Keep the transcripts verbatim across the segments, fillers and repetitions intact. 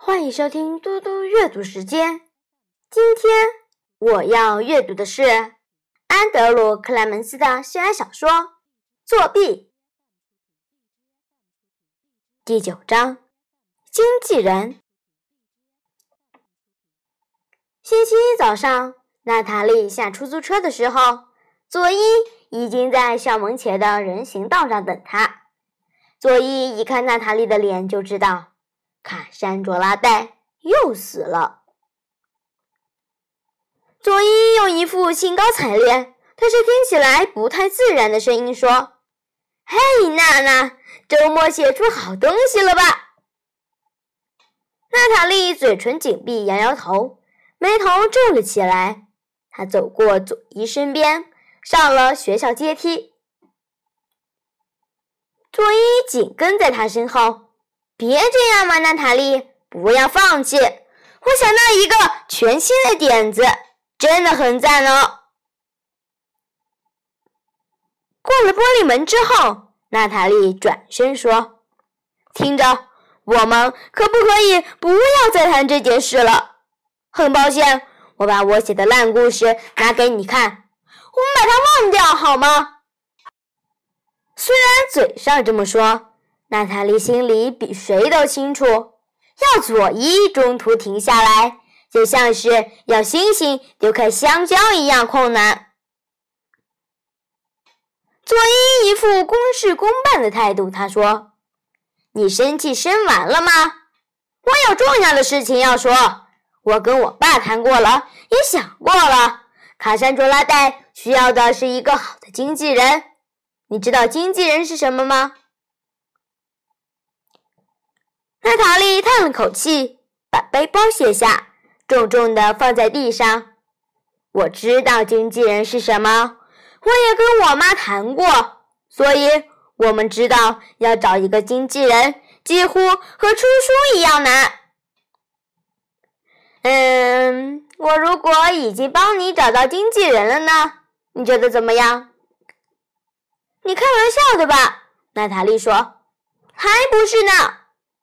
欢迎收听嘟嘟阅读时间。今天我要阅读的是安德鲁·克莱门斯的校园小说《作弊》第九章经纪人。星期一早上，娜塔莉下出租车的时候，佐伊已经在校门前的人行道上等她。佐伊一看娜塔莉的脸就知道卡珊卓拉戴又死了。佐伊用一副兴高采烈但是听起来不太自然的声音说：嘿，娜娜，周末写出好东西了吧？娜塔莉嘴唇紧闭，摇摇头，眉头皱了起来。她走过佐伊身边，上了学校阶梯。佐伊紧跟在她身后。别这样嘛，娜塔莉，不要放弃。我想到一个全新的点子，真的很赞哦。过了玻璃门之后，娜塔莉转身说：听着，我们可不可以不要再谈这件事了？很抱歉，我把我写的烂故事拿给你看，我们把它忘掉好吗？虽然嘴上这么说，娜塔莉心里比谁都清楚，要佐伊中途停下来，就像是要星星丢开香蕉一样困难。佐伊一副公事公办的态度，她说：你生气生完了吗？我有重要的事情要说，我跟我爸谈过了，也想过了，卡珊卓拉戴需要的是一个好的经纪人。你知道经纪人是什么吗？娜塔莉叹了口气，把背包卸下，重重地放在地上。我知道经纪人是什么，我也跟我妈谈过，所以我们知道要找一个经纪人几乎和出书一样难。嗯，我如果已经帮你找到经纪人了呢？你觉得怎么样？你开玩笑的吧？娜塔莉说。还不是呢。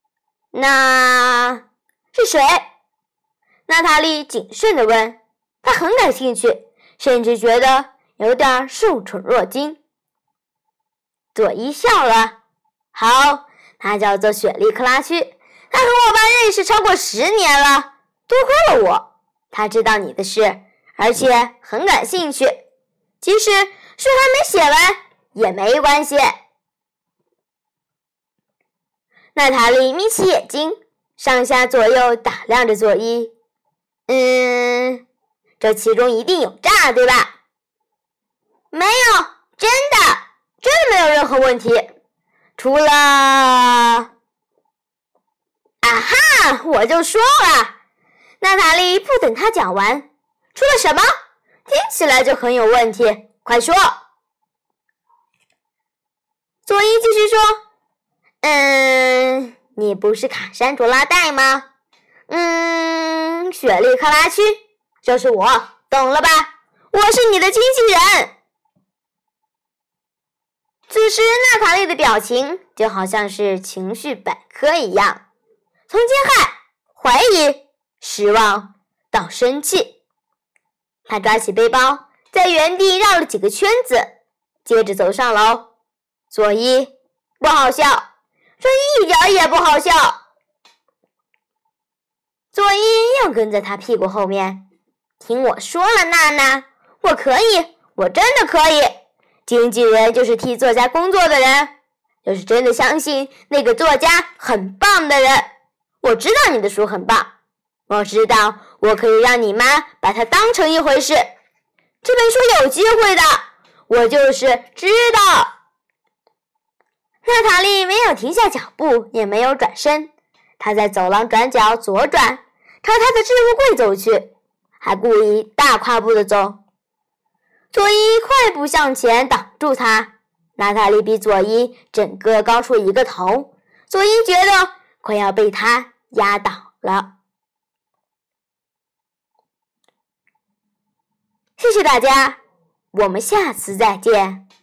那是谁？娜塔莉谨慎地问。她很感兴趣，甚至觉得有点受宠若惊。佐伊笑了。好，她叫做雪莉·克拉区，她和我爸认识超过十年了，多亏了我，她知道你的事，而且很感兴趣，即使书还没写完也没关系。娜塔莉眯起眼睛，上下左右打量着佐伊。嗯，这其中一定有诈，对吧？没有，真的，真的没有任何问题。除了……啊哈，我就说了。娜塔莉不等他讲完，除了什么？听起来就很有问题，快说。佐伊继续说。嗯，你不是卡珊卓拉戴吗？嗯，雪莉·克拉区，就是我，懂了吧？我是你的经纪人。此时娜塔莉的表情就好像是情绪百科一样，从惊骇、怀疑、失望到生气。她抓起背包，在原地绕了几个圈子，接着走上楼。佐伊，不好笑。这一点也不好笑。佐伊又跟在他屁股后面。听我说了，娜娜，我可以，我真的可以。经纪人就是替作家工作的人，就是真的相信那个作家很棒的人。我知道你的书很棒，我知道我可以让你妈把它当成一回事。这本书有机会的，我就是知道。娜塔莉没有停下脚步，也没有转身，她在走廊转角左转，朝她的置物柜走去，还故意大跨步地走。佐伊快步向前挡住她，娜塔莉比佐伊整个高出一个头，佐伊觉得快要被她压倒了。谢谢大家，我们下次再见。